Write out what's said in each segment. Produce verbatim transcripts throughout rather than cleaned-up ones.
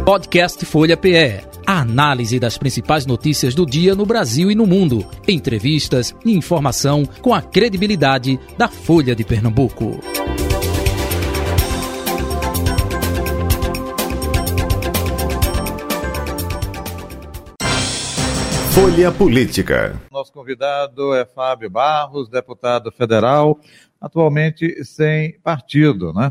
Podcast Folha P E. A análise das principais notícias do dia no Brasil e no mundo. Entrevistas e informação com a credibilidade da Folha de Pernambuco. Folha Política. Nosso convidado é Fábio Barros, deputado federal, atualmente sem partido, né?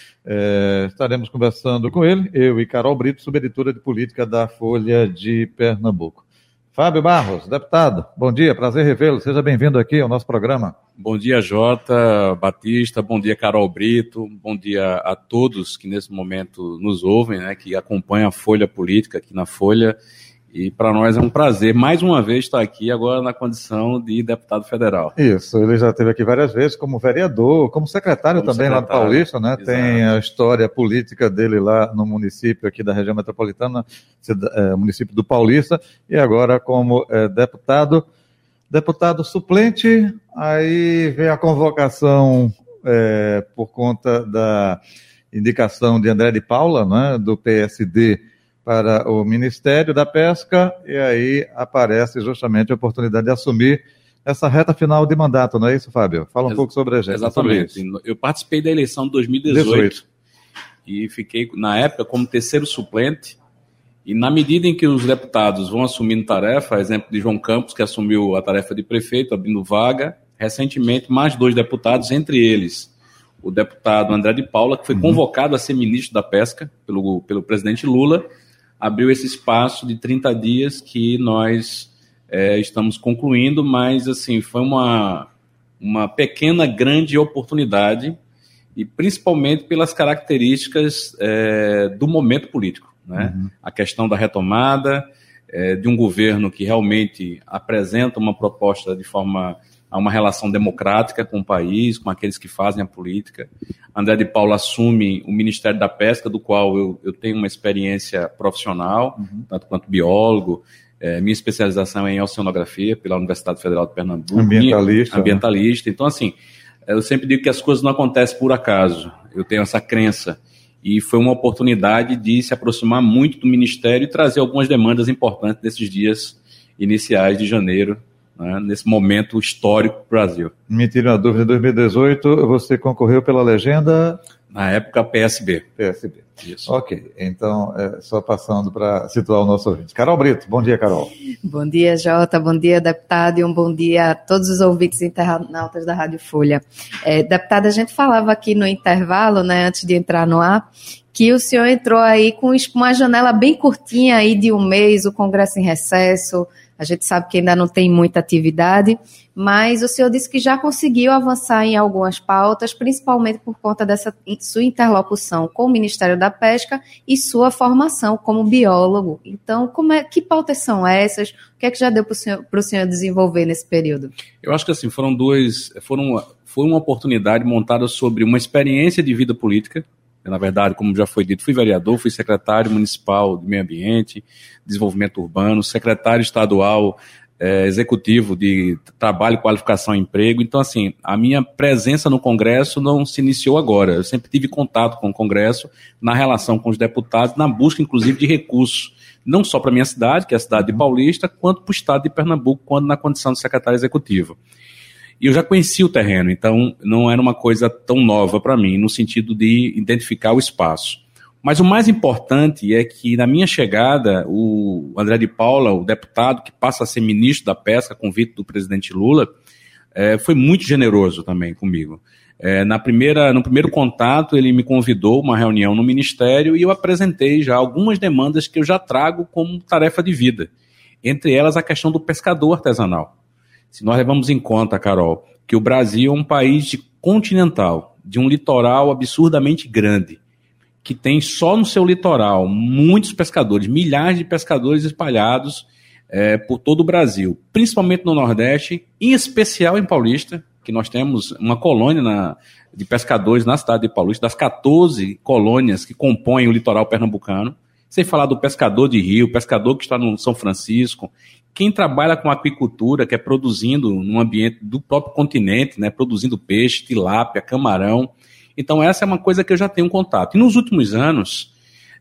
É, estaremos conversando com ele, eu e Carol Brito, subeditora de política da Folha de Pernambuco. Fábio Barros, deputado, bom dia, prazer revê-lo, seja bem-vindo aqui ao nosso programa. Bom dia, Jota Batista, bom dia, Carol Brito, bom dia a todos que nesse momento nos ouvem, né, que acompanham a Folha Política aqui na Folha. E para nós é um prazer, mais uma vez, estar aqui agora na condição de deputado federal. Isso, ele já esteve aqui várias vezes como vereador, como secretário como também secretário, lá no Paulista, né? Exato. Tem a história política dele lá no município aqui da região metropolitana, é, município do Paulista, e agora como é, deputado, deputado suplente, aí vem a convocação é, por conta da indicação de André de Paula, né, do P S D, para o Ministério da Pesca, e aí aparece justamente a oportunidade de assumir essa reta final de mandato, não é isso, Fábio? Fala um Ex- pouco sobre a gente. Exatamente. Eu participei da eleição de dois mil e dezoito, dezoito e fiquei, na época, como terceiro suplente, e na medida em que os deputados vão assumindo tarefa, exemplo de João Campos, que assumiu a tarefa de prefeito, abrindo vaga, recentemente mais dois deputados, entre eles o deputado André de Paula, que foi uhum. convocado a ser ministro da Pesca pelo, pelo presidente Lula, abriu esse espaço de trinta dias que nós é, estamos concluindo, mas assim, foi uma, uma pequena, grande oportunidade, e principalmente pelas características é, do momento político, né? Uhum. A questão da retomada, é, de um governo que realmente apresenta uma proposta de forma a uma relação democrática com o país, com aqueles que fazem a política. André de Paula assume o Ministério da Pesca, do qual eu, eu tenho uma experiência profissional, uhum. tanto quanto biólogo. É, minha especialização é em oceanografia pela Universidade Federal de Pernambuco. Ambientalista. Minha, ambientalista. Então, assim, eu sempre digo que as coisas não acontecem por acaso. Eu tenho essa crença. E foi uma oportunidade de se aproximar muito do Ministério e trazer algumas demandas importantes nesses dias iniciais de janeiro, né, nesse momento histórico do Brasil. Me tira uma dúvida, em dois mil e dezoito você concorreu pela legenda? Na época, P S B. P S B. Isso. Ok, então, é, só passando para situar o nosso ouvinte. Carol Brito, bom dia, Carol. Bom dia, Jota, bom dia, deputado, e um bom dia a todos os ouvintes internautas da Rádio Folha. É, deputado, a gente falava aqui no intervalo, né, antes de entrar no ar, que o senhor entrou aí com uma janela bem curtinha aí de um mês, o Congresso em recesso. A gente sabe que ainda não tem muita atividade, mas o senhor disse que já conseguiu avançar em algumas pautas, principalmente por conta dessa sua interlocução com o Ministério da Pesca e sua formação como biólogo. Então, como é, que pautas são essas? O que é que já deu para o senhor, para o senhor desenvolver nesse período? Eu acho que assim, foram duas, foram, foi uma oportunidade montada sobre uma experiência de vida política. Na verdade, como já foi dito, fui vereador, fui secretário municipal de meio ambiente, desenvolvimento urbano, secretário estadual é, executivo de trabalho, qualificação e emprego. Então, assim, a minha presença no Congresso não se iniciou agora. Eu sempre tive contato com o Congresso na relação com os deputados, na busca, inclusive, de recursos, não só para a minha cidade, que é a cidade de Paulista, quanto para o estado de Pernambuco, quando na condição de secretário executivo. E eu já conhecia o terreno, então não era uma coisa tão nova para mim, no sentido de identificar o espaço. Mas o mais importante é que, na minha chegada, o André de Paula, o deputado que passa a ser ministro da Pesca, a convite do presidente Lula, é, foi muito generoso também comigo. É, na primeira, no primeiro contato, ele me convidou a uma reunião no Ministério e eu apresentei já algumas demandas que eu já trago como tarefa de vida. Entre elas, a questão do pescador artesanal. Se nós levamos em conta, Carol, que o Brasil é um país de continental, de um litoral absurdamente grande, que tem só no seu litoral muitos pescadores, milhares de pescadores espalhados é, por todo o Brasil, principalmente no Nordeste, em especial em Paulista, que nós temos uma colônia na, de pescadores na cidade de Paulista, das quatorze colônias que compõem o litoral pernambucano, sem falar do pescador de rio, pescador que está no São Francisco, quem trabalha com aquicultura, que é produzindo num ambiente do próprio continente, né, produzindo peixe, tilápia, camarão. Então essa é uma coisa que eu já tenho contato. E nos últimos anos,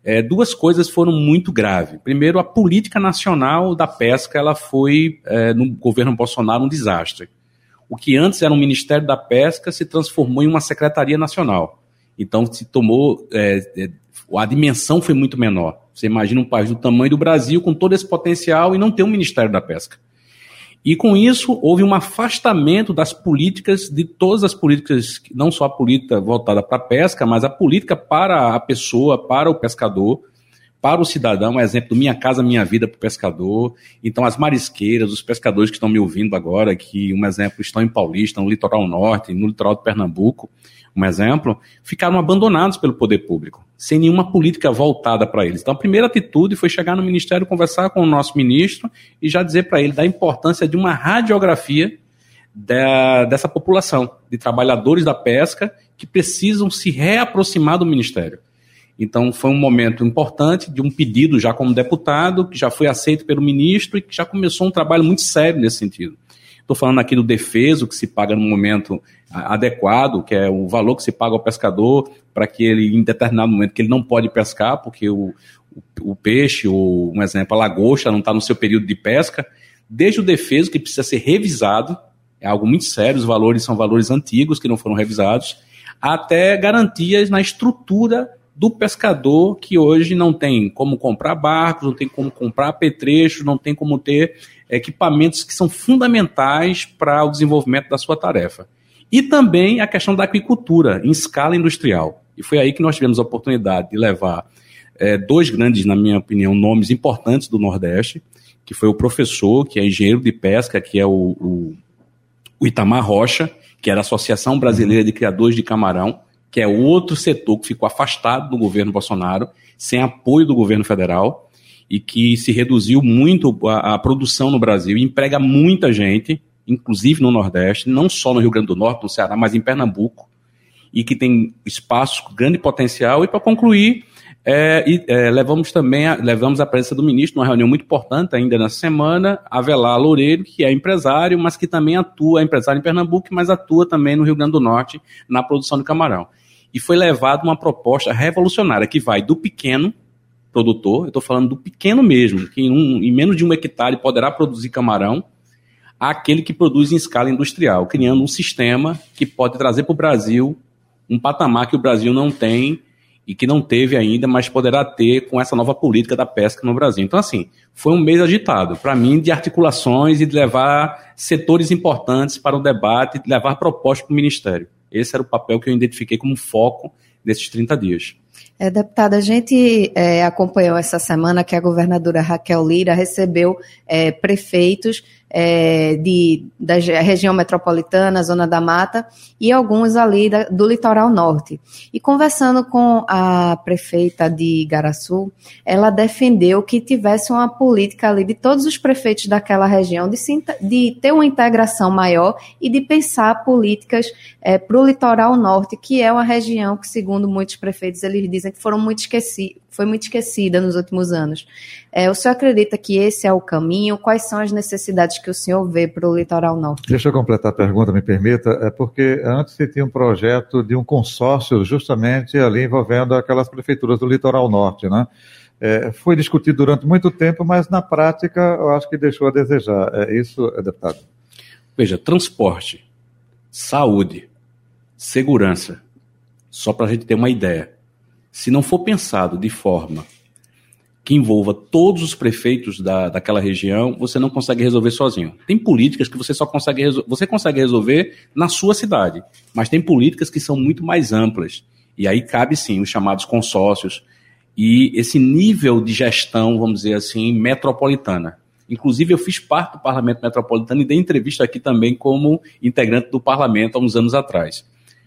é, duas coisas foram muito graves. Primeiro, a política nacional da pesca, ela foi, é, no governo Bolsonaro, um desastre. O que antes era um Ministério da Pesca se transformou em uma Secretaria Nacional. Então, se tomou, é, a dimensão foi muito menor. Você imagina um país do tamanho do Brasil com todo esse potencial e não ter um Ministério da Pesca. E com isso, houve um afastamento das políticas, de todas as políticas, não só a política voltada para a pesca, mas a política para a pessoa, para o pescador, para o cidadão, um exemplo do Minha Casa Minha Vida para o pescador. Então, as marisqueiras, os pescadores que estão me ouvindo agora, que, um exemplo, estão em Paulista, no litoral norte, no litoral de Pernambuco, um exemplo, ficaram abandonados pelo poder público, sem nenhuma política voltada para eles. Então, a primeira atitude foi chegar no Ministério, conversar com o nosso ministro e já dizer para ele da importância de uma radiografia da, dessa população, de trabalhadores da pesca que precisam se reaproximar do Ministério. Então, foi um momento importante de um pedido já como deputado, que já foi aceito pelo ministro e que já começou um trabalho muito sério nesse sentido. Estou falando aqui do defeso, que se paga no momento adequado, que é o valor que se paga ao pescador para que ele, em determinado momento, que ele não pode pescar, porque o, o, o peixe, ou, um exemplo, a lagosta não está no seu período de pesca, desde o defeso, que precisa ser revisado, é algo muito sério, os valores são valores antigos que não foram revisados, até garantias na estrutura do pescador, que hoje não tem como comprar barcos, não tem como comprar apetrechos, não tem como ter equipamentos que são fundamentais para o desenvolvimento da sua tarefa. E também a questão da aquicultura em escala industrial. E foi aí que nós tivemos a oportunidade de levar é, dois grandes, na minha opinião, nomes importantes do Nordeste, que foi o professor, que é engenheiro de pesca, que é o, o, o Itamar Rocha, que era a Associação Brasileira de Criadores de Camarão, que é outro setor que ficou afastado do governo Bolsonaro, sem apoio do governo federal, e que se reduziu muito a, a produção no Brasil, e emprega muita gente, inclusive no Nordeste, não só no Rio Grande do Norte, no Ceará, mas em Pernambuco, e que tem espaço, grande potencial. E para concluir, é, e, é, levamos também a, levamos a presença do ministro numa reunião muito importante ainda nessa semana, Avelar Loureiro, que é empresário, mas que também atua, é empresário em Pernambuco, mas atua também no Rio Grande do Norte na produção de camarão. E foi levada uma proposta revolucionária que vai do pequeno produtor, eu estou falando do pequeno mesmo, que em, um, em menos de um hectare poderá produzir camarão, àquele que produz em escala industrial, criando um sistema que pode trazer para o Brasil um patamar que o Brasil não tem e que não teve ainda, mas poderá ter com essa nova política da pesca no Brasil. Então, assim, foi um mês agitado, para mim, de articulações e de levar setores importantes para o debate, de levar propostas para o Ministério. Esse era o papel que eu identifiquei como foco desses trinta dias. É, deputada, a gente é, acompanhou essa semana que a governadora Raquel Lira recebeu é, prefeitos é, de, da região metropolitana, Zona da Mata, e alguns ali da, do litoral norte. E conversando com a prefeita de Igaraçu, ela defendeu que tivesse uma política ali de todos os prefeitos daquela região, de, se, de ter uma integração maior e de pensar políticas é, para o litoral norte, que é uma região que, segundo muitos prefeitos, eles dizem que foram muito esqueci, foi muito esquecida nos últimos anos. É, o senhor acredita que esse é o caminho? Quais são as necessidades que o senhor vê para o litoral norte? Deixa eu completar a pergunta, me permita. É porque antes se tinha um projeto de um consórcio justamente ali envolvendo aquelas prefeituras do litoral norte, né? É, foi discutido durante muito tempo, mas na prática eu acho que deixou a desejar. É isso, deputado? Veja, transporte, saúde, segurança, só para a gente ter uma ideia. Se não for pensado de forma que envolva todos os prefeitos da, daquela região, você não consegue resolver sozinho. Tem políticas que você só consegue, resol- você consegue resolver na sua cidade, mas tem políticas que são muito mais amplas. E aí cabe sim os chamados consórcios e esse nível de gestão, vamos dizer assim, metropolitana. Inclusive eu fiz parte do Parlamento Metropolitano e dei entrevista aqui também como integrante do Parlamento há uns anos atrás.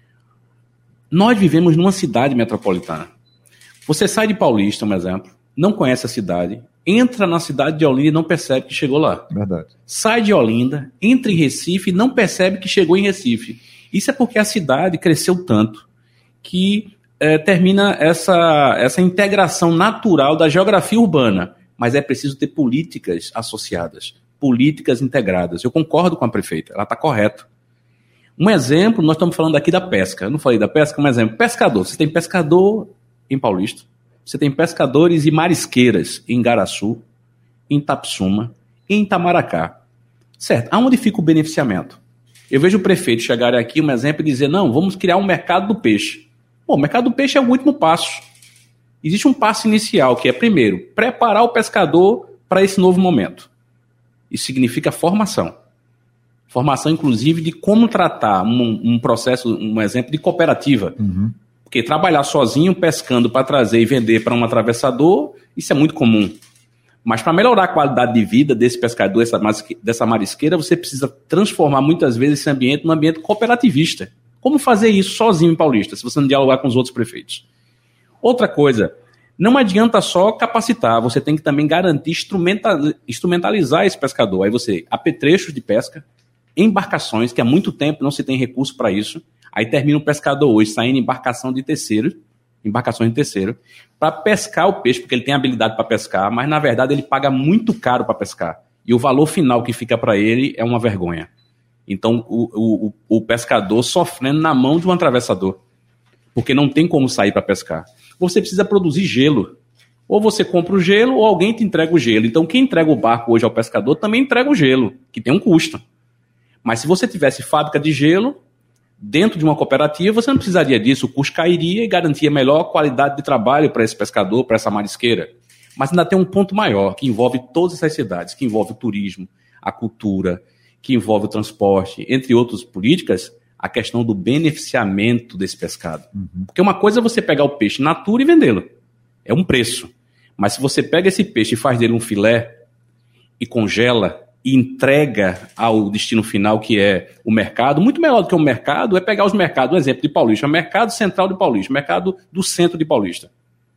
Nós vivemos numa cidade metropolitana. Você sai de Paulista, um exemplo, não conhece a cidade, entra na cidade de Olinda e não percebe que chegou lá. Verdade. Sai de Olinda, entra em Recife e não percebe que chegou em Recife. Isso é porque a cidade cresceu tanto que é, termina essa, essa integração natural da geografia urbana, mas é preciso ter políticas associadas, políticas integradas. Eu concordo com a prefeita, ela está correta. Um exemplo, nós estamos falando aqui da pesca. Eu não falei da pesca, um exemplo. Pescador. Você tem pescador em Paulista, você tem pescadores e marisqueiras em Igaraçu, em Itapsuma e em Itamaracá. Certo, aonde fica o beneficiamento? Eu vejo o prefeito chegar aqui, um exemplo, e dizer, não, vamos criar um mercado do peixe. Bom, o mercado do peixe é o último passo. Existe um passo inicial, que é, primeiro, preparar o pescador para esse novo momento. Isso significa formação. Formação, inclusive, de como tratar um, um processo, um exemplo de cooperativa. Uhum. Porque trabalhar sozinho, pescando para trazer e vender para um atravessador, isso é muito comum. Mas para melhorar a qualidade de vida desse pescador, dessa, dessa marisqueira, você precisa transformar muitas vezes esse ambiente num ambiente cooperativista. Como fazer isso sozinho em Paulista, se você não dialogar com os outros prefeitos? Outra coisa, não adianta só capacitar, você tem que também garantir instrumentalizar esse pescador. Aí você, apetrechos de pesca, embarcações, que há muito tempo não se tem recurso para isso. Aí termina o pescador hoje saindo em embarcação de terceiro, embarcações de terceiro, para pescar o peixe, porque ele tem habilidade para pescar, mas na verdade ele paga muito caro para pescar. E o valor final que fica para ele é uma vergonha. Então o, o, o pescador sofrendo na mão de um atravessador, porque não tem como sair para pescar. Você precisa produzir gelo. Ou você compra o gelo ou alguém te entrega o gelo. Então quem entrega o barco hoje ao pescador também entrega o gelo, que tem um custo. Mas se você tivesse fábrica de gelo, dentro de uma cooperativa, você não precisaria disso, o custo cairia e garantia melhor qualidade de trabalho para esse pescador, para essa marisqueira. Mas ainda tem um ponto maior, que envolve todas essas cidades, que envolve o turismo, a cultura, que envolve o transporte, entre outras políticas, a questão do beneficiamento desse pescado. Uhum. Porque uma coisa é você pegar o peixe natura e vendê-lo. É um preço. Mas se você pega esse peixe e faz dele um filé e congela e entrega ao destino final, que é o mercado, muito melhor do que o mercado é pegar os mercados, um exemplo de Paulista, o mercado central de Paulista, o mercado do centro de Paulista.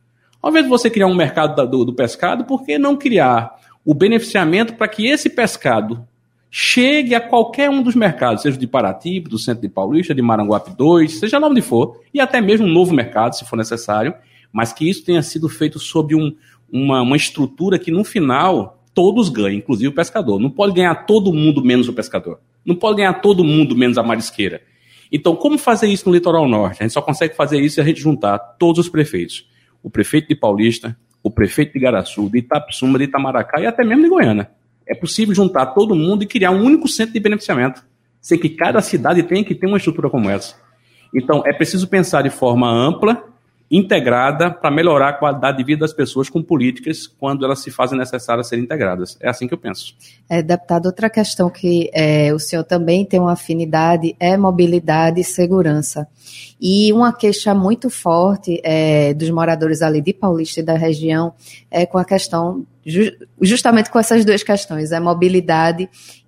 Ao invés de você criar um mercado do, do pescado, por que não criar o beneficiamento para que esse pescado chegue a qualquer um dos mercados, seja de Paratiba, do centro de Paulista, de Maranguape dois, seja lá onde for, e até mesmo um novo mercado, se for necessário, mas que isso tenha sido feito sob um, uma, uma estrutura que, no final, todos ganhem, inclusive o pescador. Não pode ganhar todo mundo menos o pescador. Não pode ganhar todo mundo menos a marisqueira. Então, como fazer isso no litoral norte? A gente só consegue fazer isso se a gente juntar todos os prefeitos. O prefeito de Paulista, o prefeito de Igaraçu, de Itapsuma, de Itamaracá e até mesmo de Goiânia. É possível juntar todo mundo e criar um único centro de beneficiamento, sem que cada cidade tenha que ter uma estrutura como essa. Então, é preciso pensar de forma ampla, integrada, para melhorar a qualidade de vida das pessoas com políticas quando elas se fazem necessárias serem integradas. É assim que eu penso. É, deputado, outra questão que é, o senhor também tem uma afinidade é mobilidade e segurança. E uma queixa muito forte é, dos moradores ali de Paulista e da região é com a questão, ju- justamente com essas duas questões, é mobilidade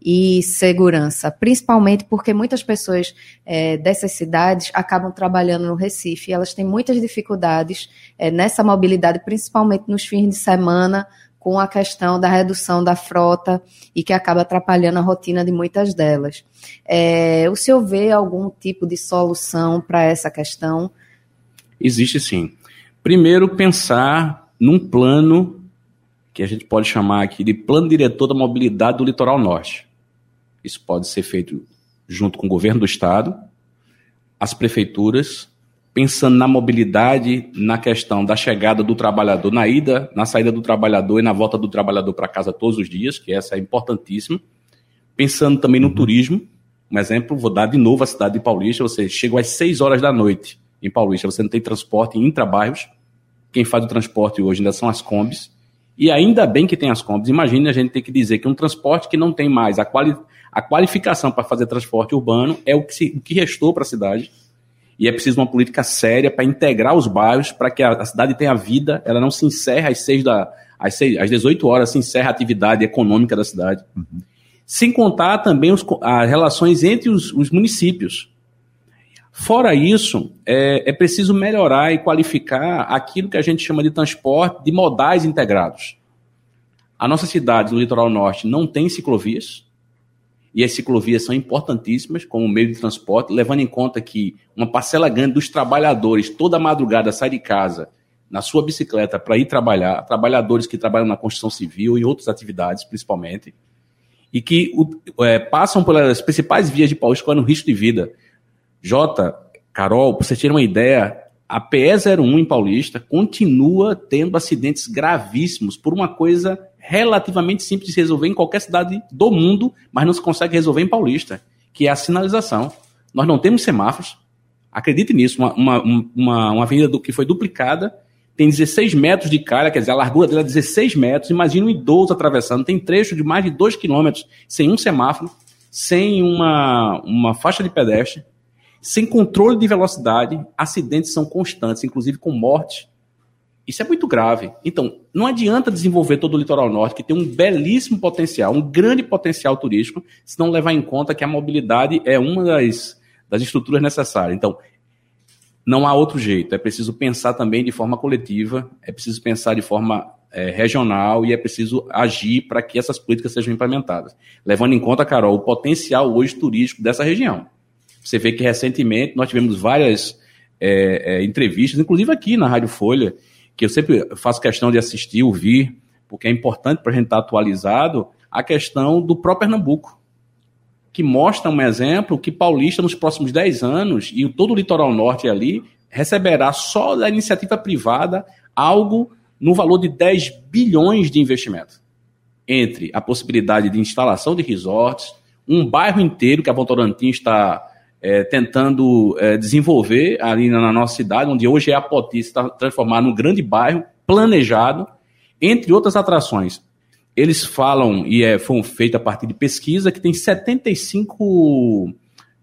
e segurança, principalmente porque muitas pessoas é, dessas cidades acabam trabalhando no Recife e elas têm muitas dificuldades é, nessa mobilidade, principalmente nos fins de semana, com a questão da redução da frota e que acaba atrapalhando a rotina de muitas delas. É, o senhor vê algum tipo de solução para essa questão? Existe sim. Primeiro, pensar num plano que a gente pode chamar aqui de Plano Diretor da Mobilidade do Litoral Norte. Isso pode ser feito junto com o governo do estado, as prefeituras, pensando na mobilidade, na questão da chegada do trabalhador, na ida, na saída do trabalhador e na volta do trabalhador para casa todos os dias, que essa é importantíssima. Pensando também no turismo. Um exemplo, vou dar de novo a cidade de Paulista. Você chega às seis horas da noite em Paulista, você não tem transporte em intrabairros. Quem faz o transporte hoje ainda são as combis. E ainda bem que tem as combis. Imagine a gente ter que dizer que um transporte que não tem mais a, quali- a qualificação para fazer transporte urbano é o que, se, o que restou para a cidade. E é preciso uma política séria para integrar os bairros, para que a, a cidade tenha vida, ela não se encerra às, seis da, às, seis, às dezoito horas, se encerra a atividade econômica da cidade. Uhum. Sem contar também os, as relações entre os, os municípios. Fora isso, é, é preciso melhorar e qualificar aquilo que a gente chama de transporte de modais integrados. A nossa cidade, no litoral norte, não tem ciclovias, e as ciclovias são importantíssimas como meio de transporte, levando em conta que uma parcela grande dos trabalhadores, toda madrugada, sai de casa na sua bicicleta para ir trabalhar, trabalhadores que trabalham na construção civil e outras atividades, principalmente, e que é, passam pelas principais vias de Paulista correndo risco de vida. Jota, Carol, para vocês terem uma ideia, a P E zero um em Paulista continua tendo acidentes gravíssimos por uma coisa relativamente simples de resolver em qualquer cidade do mundo, mas não se consegue resolver em Paulista, que é a sinalização. Nós não temos semáforos, acredite nisso, uma, uma, uma, uma avenida do, que foi duplicada, tem dezesseis metros de calha, quer dizer, a largura dela é dezesseis metros, imagina um idoso atravessando, tem trecho de mais de dois quilômetros, sem um semáforo, sem uma, uma faixa de pedestre, sem controle de velocidade, acidentes são constantes, inclusive com morte. Isso é muito grave. Então, não adianta desenvolver todo o litoral norte, que tem um belíssimo potencial, um grande potencial turístico, se não levar em conta que a mobilidade é uma das, das estruturas necessárias. Então, não há outro jeito. É preciso pensar também de forma coletiva, é preciso pensar de forma é, regional e é preciso agir para que essas políticas sejam implementadas. Levando em conta, Carol, o potencial hoje turístico dessa região. Você vê que recentemente nós tivemos várias é, é, entrevistas, inclusive aqui na Rádio Folha, que eu sempre faço questão de assistir, ouvir, porque é importante para a gente estar atualizado, a questão do próprio Pernambuco, que mostra um exemplo que Paulista, nos próximos dez anos, e todo o litoral norte ali, receberá só da iniciativa privada algo no valor de dez bilhões de investimento, entre a possibilidade de instalação de resorts, um bairro inteiro que a Votorantim está é, tentando é, desenvolver ali na nossa cidade, onde hoje é a Poti, está transformado num grande bairro planejado, entre outras atrações. Eles falam, e é, foi feito a partir de pesquisa, que tem setenta e cinco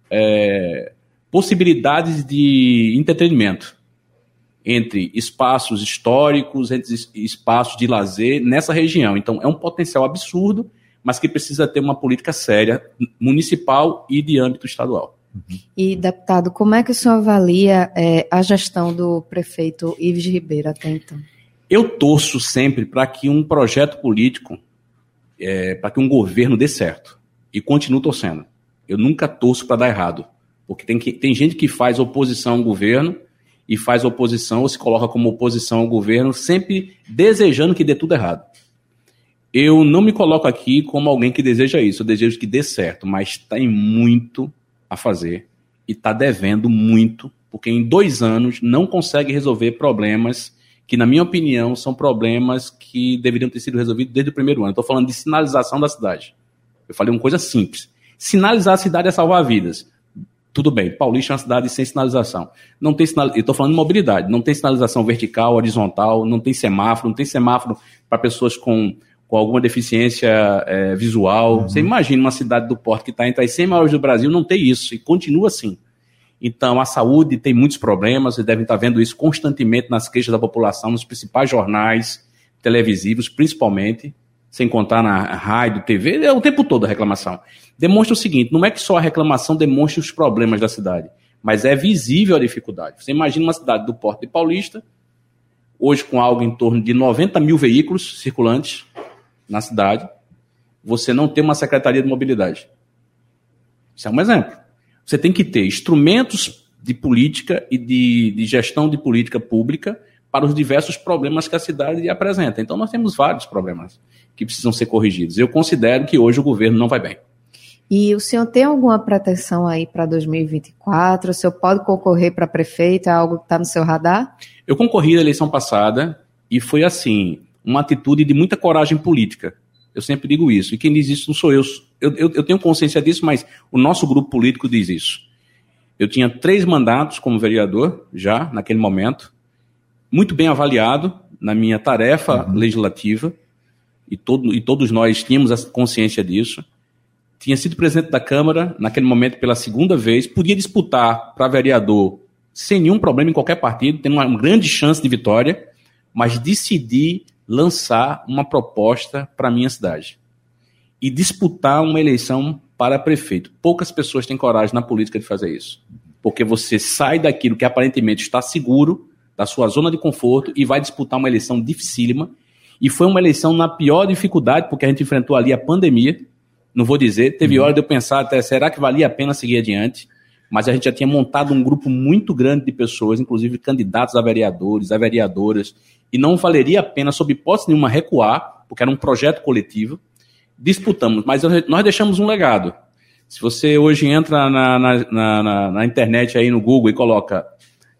é, possibilidades de entretenimento, entre espaços históricos, entre espaços de lazer nessa região. Então, é um potencial absurdo, mas que precisa ter uma política séria, municipal e de âmbito estadual. E, deputado, como é que o senhor avalia é, a gestão do prefeito Ives Ribeiro até então? Eu torço sempre para que um projeto político, é, para que um governo dê certo. E continuo torcendo. Eu nunca torço para dar errado. Porque tem, que, tem gente que faz oposição ao governo e faz oposição ou se coloca como oposição ao governo, sempre desejando que dê tudo errado. Eu não me coloco aqui como alguém que deseja isso. Eu desejo que dê certo, mas tem muito a fazer e está devendo muito, porque em dois anos não consegue resolver problemas que, na minha opinião, são problemas que deveriam ter sido resolvidos desde o primeiro ano. Estou falando de sinalização da cidade. Eu falei uma coisa simples. Sinalizar a cidade é salvar vidas. Tudo bem, Paulista é uma cidade sem sinalização. Não tem sinal... Eu estou falando de mobilidade. Não tem sinalização vertical, horizontal, não tem semáforo, não tem semáforo para pessoas com, com alguma deficiência é, visual. Uhum. Você imagina uma cidade do porte que está entre as cem maiores do Brasil, não tem isso, e continua assim. Então, a saúde tem muitos problemas, vocês devem estar vendo isso constantemente nas queixas da população, nos principais jornais televisivos, principalmente, sem contar na rádio, T V, é o tempo todo a reclamação. Demonstra o seguinte, não é que só a reclamação demonstre os problemas da cidade, mas é visível a dificuldade. Você imagina uma cidade do porte de Paulista, hoje com algo em torno de noventa mil veículos circulantes na cidade, você não tem uma secretaria de mobilidade. Isso é um exemplo. Você tem que ter instrumentos de política e de, de gestão de política pública para os diversos problemas que a cidade apresenta. Então, nós temos vários problemas que precisam ser corrigidos. Eu considero que hoje o governo não vai bem. E o senhor tem alguma pretensão aí para dois mil e vinte e quatro? O senhor pode concorrer para prefeito? É algo que está no seu radar? Eu concorri na eleição passada e foi, assim, uma atitude de muita coragem política. Eu sempre digo isso. E quem diz isso não sou eu. Eu, eu, eu tenho consciência disso, mas o nosso grupo político diz isso. Eu tinha três mandatos como vereador, já, naquele momento, muito bem avaliado na minha tarefa uhum. legislativa, e, todo, e todos nós tínhamos essa consciência disso. Tinha sido presidente da Câmara, naquele momento, pela segunda vez, podia disputar para vereador sem nenhum problema em qualquer partido, tendo uma grande chance de vitória, mas decidi lançar uma proposta para a minha cidade e disputar uma eleição para prefeito. Poucas pessoas têm coragem na política de fazer isso, porque você sai daquilo que aparentemente está seguro, da sua zona de conforto, e vai disputar uma eleição dificílima, e foi uma eleição na pior dificuldade, porque a gente enfrentou ali a pandemia, não vou dizer, teve uhum. hora de eu pensar até, será que valia a pena seguir adiante? Mas a gente já tinha montado um grupo muito grande de pessoas, inclusive candidatos a vereadores, a vereadoras, e não valeria a pena, sob hipótese nenhuma, recuar, porque era um projeto coletivo. Disputamos, mas nós deixamos um legado. Se você hoje entra na, na, na, na internet, aí no Google, e coloca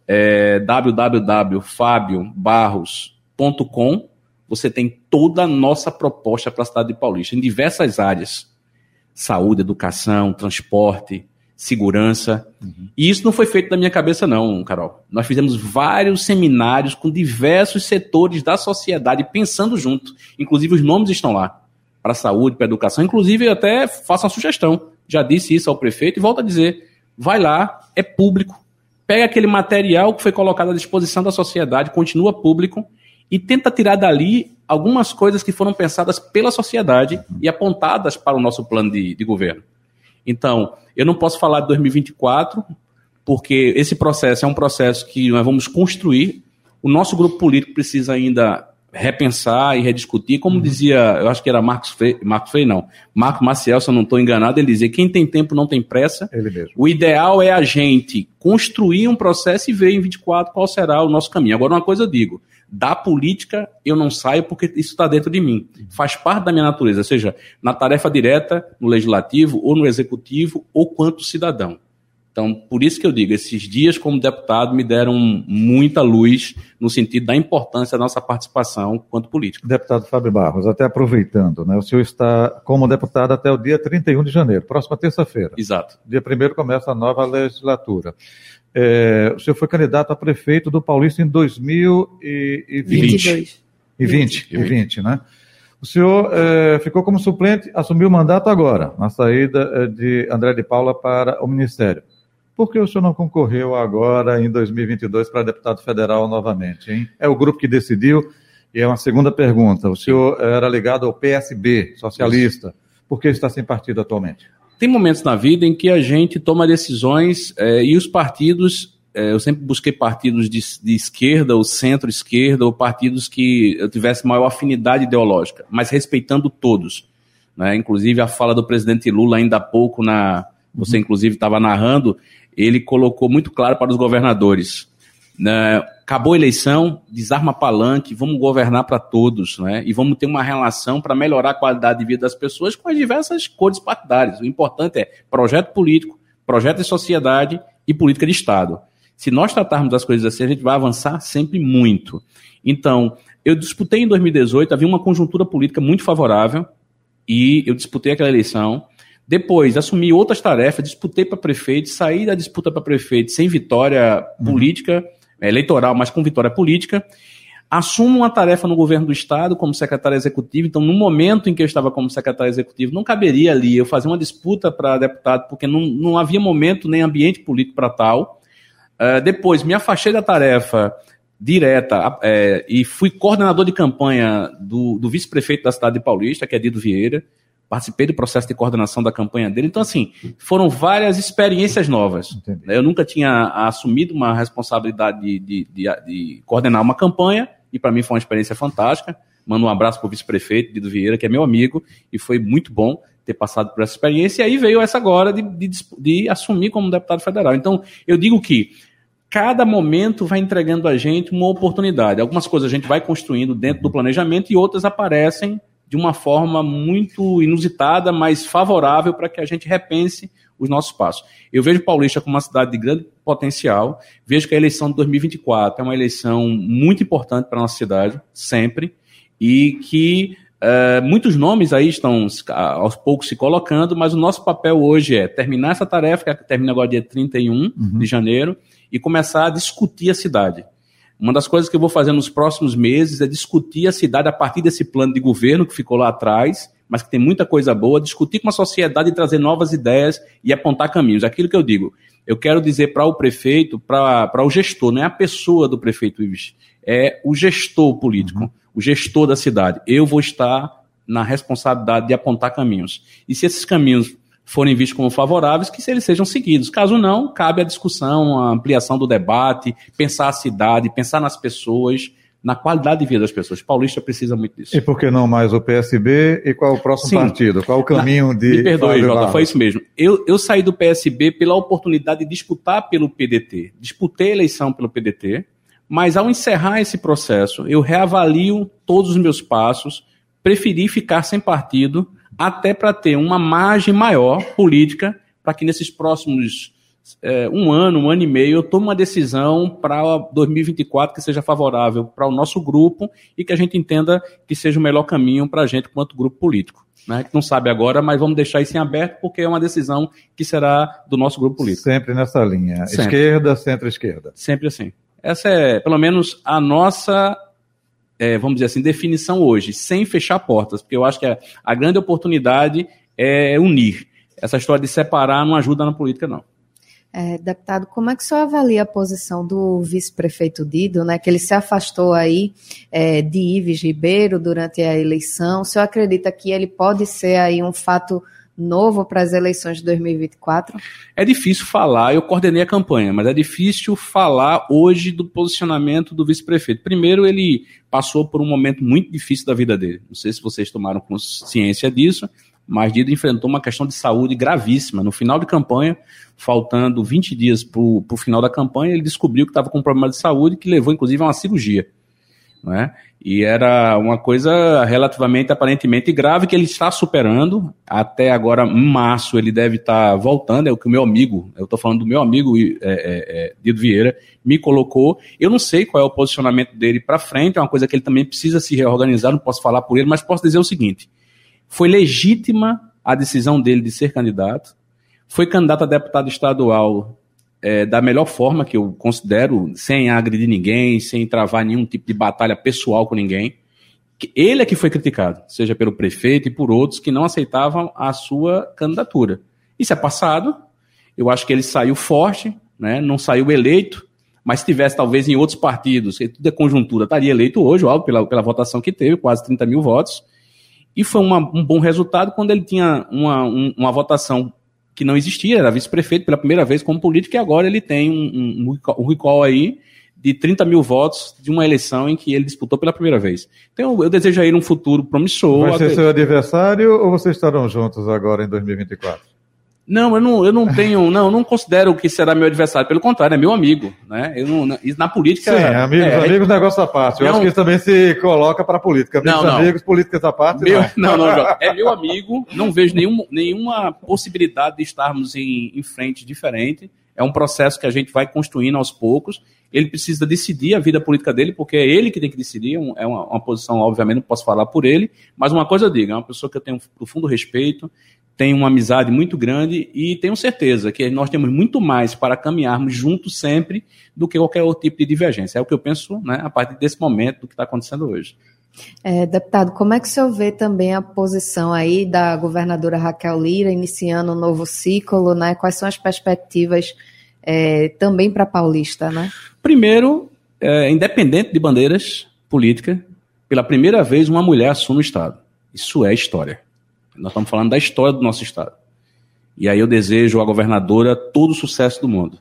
é, w w w ponto fabio barros ponto com, você tem toda a nossa proposta para a cidade de Paulista, em diversas áreas. Saúde, educação, transporte, segurança. Uhum. E isso não foi feito da minha cabeça não, Carol. Nós fizemos vários seminários com diversos setores da sociedade, pensando junto. Inclusive os nomes estão lá, para a saúde, para a educação. Inclusive eu até faço uma sugestão. Já disse isso ao prefeito e volto a dizer, vai lá, é público. Pega aquele material que foi colocado à disposição da sociedade, continua público, e tenta tirar dali algumas coisas que foram pensadas pela sociedade e apontadas para o nosso plano de, de governo. Então, eu não posso falar de dois mil e vinte e quatro, porque esse processo é um processo que nós vamos construir. O nosso grupo político precisa ainda repensar e rediscutir. Como uhum. dizia, eu acho que era Marcos Freire, Marcos Freire não, Marco Maciel, se eu não estou enganado, ele dizia, quem tem tempo não tem pressa. Ele mesmo. O ideal é a gente construir um processo e ver em vinte e quatro qual será o nosso caminho. Agora, uma coisa eu digo, da política eu não saio porque isso está dentro de mim. Faz parte da minha natureza, seja na tarefa direta, no legislativo, ou no executivo, ou quanto cidadão. Então, por isso que eu digo, esses dias como deputado me deram muita luz no sentido da importância da nossa participação quanto político. Deputado Fábio Barros, até aproveitando, né, o senhor está como deputado até o dia trinta e um de janeiro, próxima terça-feira. Exato. Dia primeiro começa a nova legislatura. É, o senhor foi candidato a prefeito do Paulista em dois mil e vinte. E vinte, e vinte, né? O senhor é, ficou como suplente, assumiu o mandato agora, na saída de André de Paula para o Ministério. Por que o senhor não concorreu agora, em dois mil e vinte e dois, para deputado federal novamente, hein? É o grupo que decidiu. E é uma segunda pergunta. O senhor era ligado ao P S B, socialista. Por que está sem partido atualmente? Tem momentos na vida em que a gente toma decisões é, e os partidos, é, eu sempre busquei partidos de, de esquerda ou centro-esquerda, ou partidos que eu tivesse maior afinidade ideológica, mas respeitando todos, né? Inclusive a fala do presidente Lula ainda há pouco, na, você inclusive estava narrando, ele colocou muito claro para os governadores, né? Acabou a eleição, desarma palanque, vamos governar para todos, né? E vamos ter uma relação para melhorar a qualidade de vida das pessoas com as diversas cores partidárias. O importante é projeto político, projeto de sociedade e política de Estado. Se nós tratarmos as coisas assim, a gente vai avançar sempre muito. Então, eu disputei em dois mil e dezoito, havia uma conjuntura política muito favorável e eu disputei aquela eleição. Depois, assumi outras tarefas, disputei para prefeito, saí da disputa para prefeito sem vitória política, uhum. eleitoral, mas com vitória política. Assumo uma tarefa no governo do Estado como secretário executivo. Então, no momento em que eu estava como secretário executivo, não caberia ali eu fazer uma disputa para deputado, porque não, não havia momento nem ambiente político para tal. Uh, depois, me afastei da tarefa direta é, e fui coordenador de campanha do, do vice-prefeito da cidade de Paulista, que é Dido Vieira. Participei do processo de coordenação da campanha dele. Então, assim, foram várias experiências novas. Entendi. Eu nunca tinha assumido uma responsabilidade de, de, de, de coordenar uma campanha, e para mim foi uma experiência fantástica. Mando um abraço para o vice-prefeito, Dido Vieira, que é meu amigo, e foi muito bom ter passado por essa experiência. E aí veio essa agora de, de, de assumir como deputado federal. Então, eu digo que cada momento vai entregando a gente uma oportunidade. Algumas coisas a gente vai construindo dentro do planejamento e outras aparecem de uma forma muito inusitada, mas favorável para que a gente repense os nossos passos. Eu vejo Paulista como uma cidade de grande potencial, vejo que a eleição de dois mil e vinte e quatro é uma eleição muito importante para a nossa cidade, sempre, e que uh, muitos nomes aí estão aos poucos se colocando, mas o nosso papel hoje é terminar essa tarefa, que termina agora dia trinta e um uhum. de janeiro, e começar a discutir a cidade. Uma das coisas que eu vou fazer nos próximos meses é discutir a cidade a partir desse plano de governo que ficou lá atrás, mas que tem muita coisa boa, discutir com a sociedade e trazer novas ideias e apontar caminhos. Aquilo que eu digo, eu quero dizer para o prefeito, para o gestor, não é a pessoa do prefeito Ives, é o gestor político, uhum. o gestor da cidade. Eu vou estar na responsabilidade de apontar caminhos. E se esses caminhos forem vistos como favoráveis, que eles sejam seguidos. Caso não, cabe a discussão, a ampliação do debate, pensar a cidade, pensar nas pessoas, na qualidade de vida das pessoas. Paulista precisa muito disso. E por que não mais o P S B? E qual é o próximo Sim. partido? Qual é o caminho na, de... Me perdoe, Jota, foi isso mesmo. Eu, eu saí do P S B pela oportunidade de disputar pelo P D T. Disputei a eleição pelo P D T, mas ao encerrar esse processo, eu reavalio todos os meus passos, preferi ficar sem partido, até para ter uma margem maior política, para que nesses próximos é, um ano, um ano e meio, eu tomo uma decisão para dois mil e vinte e quatro que seja favorável para o nosso grupo e que a gente entenda que seja o melhor caminho para a gente quanto grupo político. Né, que não sabe agora, mas vamos deixar isso em aberto porque é uma decisão que será do nosso grupo político. Sempre nessa linha. Sempre. Esquerda, centro-esquerda. Sempre assim. Essa é, pelo menos, a nossa, é, vamos dizer assim, definição hoje, sem fechar portas, porque eu acho que a, a grande oportunidade é unir. Essa história de separar não ajuda na política, não. É, deputado, como é que o senhor avalia a posição do vice-prefeito Dido, né, que ele se afastou aí é, de Ives Ribeiro durante a eleição? O senhor acredita que ele pode ser aí um fato novo para as eleições de dois mil e vinte e quatro? É difícil falar, eu coordenei a campanha, mas é difícil falar hoje do posicionamento do vice-prefeito. Primeiro, ele passou por um momento muito difícil da vida dele. Não sei se vocês tomaram consciência disso, mas Dido enfrentou uma questão de saúde gravíssima. No final de campanha, faltando vinte dias para o final da campanha, ele descobriu que estava com um problema de saúde que levou, inclusive, a uma cirurgia. Não é? E era uma coisa relativamente, aparentemente grave, que ele está superando. Até agora, em março, ele deve estar voltando. É o que o meu amigo, eu estou falando do meu amigo é, é, é, Dido Vieira, me colocou. Eu não sei qual é o posicionamento dele para frente, é uma coisa que ele também precisa se reorganizar, não posso falar por ele, mas posso dizer o seguinte: foi legítima a decisão dele de ser candidato, foi candidato a deputado estadual é, da melhor forma que eu considero, sem agredir ninguém, sem travar nenhum tipo de batalha pessoal com ninguém. Ele é que foi criticado, seja pelo prefeito e por outros que não aceitavam a sua candidatura. Isso é passado, eu acho que ele saiu forte, né, não saiu eleito, mas se tivesse talvez em outros partidos, tudo é conjuntura, estaria eleito hoje, óbvio, pela, pela votação que teve, quase trinta mil votos. E foi uma, um bom resultado quando ele tinha uma, um, uma votação que não existia, era vice-prefeito pela primeira vez como político, e agora ele tem um, um, um recall aí de trinta mil votos de uma eleição em que ele disputou pela primeira vez. Então eu, eu desejo a ele um futuro promissor. Vai ser seu adversário ou vocês estarão juntos agora em dois mil e vinte e quatro? Não, eu não, eu não tenho, não, eu não considero que será meu adversário, pelo contrário, é meu amigo, né? Eu não, na política... Sim, amigos, é, amigos, negócio à parte. Eu não, acho que isso também se coloca para a política. Amigos, não, não. amigos, políticas à parte, meu, não. Não, não, Jota, é meu amigo, não vejo nenhum, nenhuma possibilidade de estarmos em, em frente diferente. É um processo que a gente vai construindo aos poucos. Ele precisa decidir a vida política dele, porque é ele que tem que decidir, é uma, uma posição, obviamente, não posso falar por ele, mas uma coisa eu digo, é uma pessoa que eu tenho um profundo respeito, tenho uma amizade muito grande e tenho certeza que nós temos muito mais para caminharmos juntos sempre do que qualquer outro tipo de divergência. É o que eu penso, né, a partir desse momento do que está acontecendo hoje. É, deputado, como é que o senhor vê também a posição aí da governadora Raquel Lira iniciando um novo ciclo, né? Quais são as perspectivas é, também para Paulista, né? Primeiro, é, independente de bandeiras políticas, pela primeira vez uma mulher assume o Estado. Isso é história. Nós estamos falando da história do nosso Estado. E aí eu desejo à governadora todo o sucesso do mundo.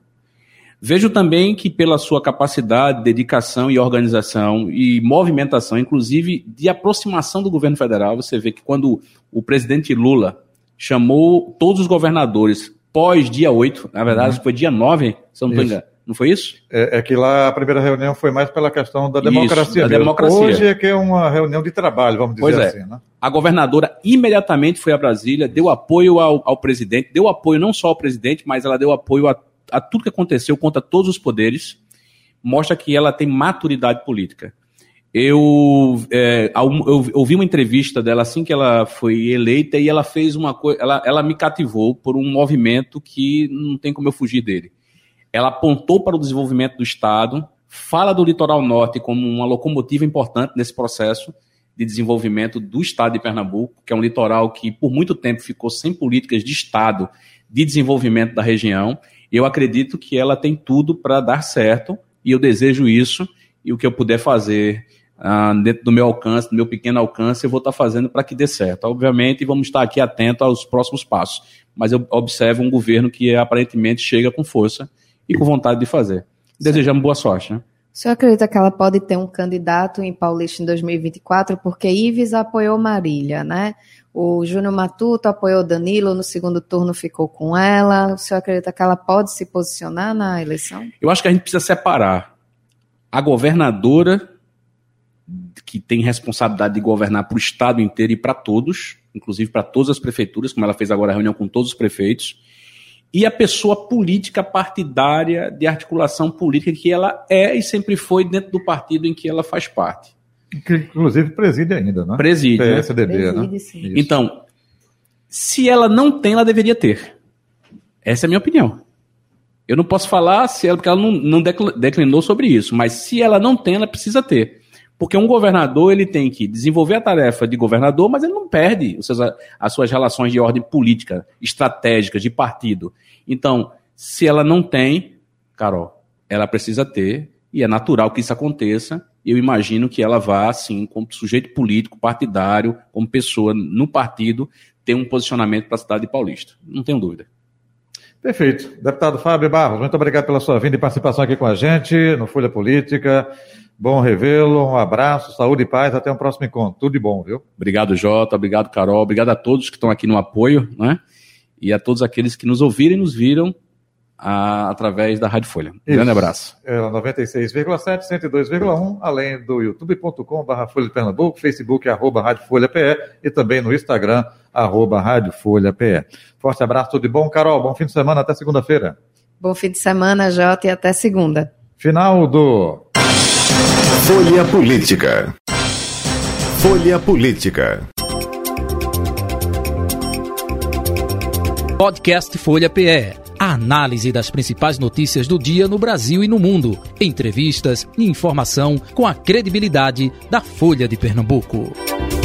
Vejo também que pela sua capacidade, dedicação e organização e movimentação, inclusive de aproximação do governo federal, você vê que quando o presidente Lula chamou todos os governadores pós dia oito, na verdade uhum. foi dia nove, se eu não estou enganado. Não foi isso? É, é que lá a primeira reunião foi mais pela questão da democracia. Isso, da democracia. Hoje é que é uma reunião de trabalho, vamos dizer pois é. assim. Né? A governadora imediatamente foi a Brasília, deu apoio ao, ao presidente, deu apoio não só ao presidente, mas ela deu apoio a, a tudo que aconteceu contra todos os poderes. Mostra que ela tem maturidade política. Eu, é, eu ouvi uma entrevista dela assim que ela foi eleita e ela fez uma coisa, ela, ela me cativou por um movimento que não tem como eu fugir dele. Ela apontou para o desenvolvimento do Estado, fala do litoral norte como uma locomotiva importante nesse processo de desenvolvimento do Estado de Pernambuco, que é um litoral que por muito tempo ficou sem políticas de Estado de desenvolvimento da região. Eu acredito que ela tem tudo para dar certo e eu desejo isso, e o que eu puder fazer ah, dentro do meu alcance, do meu pequeno alcance, eu vou estar fazendo para que dê certo. Obviamente vamos estar aqui atentos aos próximos passos, mas eu observo um governo que aparentemente chega com força e com vontade de fazer. Desejamos boa sorte, né? O senhor acredita que ela pode ter um candidato em Paulista em dois mil e vinte e quatro? Porque Ives apoiou Marília, né? O Júnior Matuto apoiou Danilo, no segundo turno ficou com ela. O senhor acredita que ela pode se posicionar na eleição? Eu acho que a gente precisa separar a governadora, que tem responsabilidade de governar para o Estado inteiro e para todos, inclusive para todas as prefeituras, como ela fez agora a reunião com todos os prefeitos, e a pessoa política partidária de articulação política que ela é e sempre foi dentro do partido em que ela faz parte. Que inclusive preside ainda, né? Preside, P S D B, Preside, né? sim. Então, se ela não tem, ela deveria ter. Essa é a minha opinião. Eu não posso falar se ela, porque ela não, não declinou sobre isso, mas se ela não tem, ela precisa ter. Porque um governador ele tem que desenvolver a tarefa de governador, mas ele não perde os seus, as suas relações de ordem política, estratégicas, de partido. Então, se ela não tem, Carol, ela precisa ter, e é natural que isso aconteça. Eu imagino que ela vá, assim, como sujeito político, partidário, como pessoa no partido, ter um posicionamento para a cidade de Paulista. Não tenho dúvida. Perfeito. Deputado Fábio Barros, muito obrigado pela sua vinda e participação aqui com a gente no Folha Política. Bom revê-lo, um abraço, saúde e paz, até um próximo encontro. Tudo de bom, viu? Obrigado, Jota, obrigado, Carol, obrigado a todos que estão aqui no apoio, né? E a todos aqueles que nos ouviram e nos viram a, através da Rádio Folha. Um Isso. grande abraço. É, noventa e seis vírgula sete, cento e dois vírgula um, além do youtube ponto com barra Folha de Pernambuco, Facebook, arroba Rádio Folha P E e também no Instagram, arroba Rádio Folha P E. Forte abraço, tudo de bom. Carol, bom fim de semana, até segunda-feira. Bom fim de semana, Jota, e até segunda. Final do Folha Política. Folha Política. Podcast Folha P E. A análise das principais notícias do dia no Brasil e no mundo. Entrevistas e informação com a credibilidade da Folha de Pernambuco.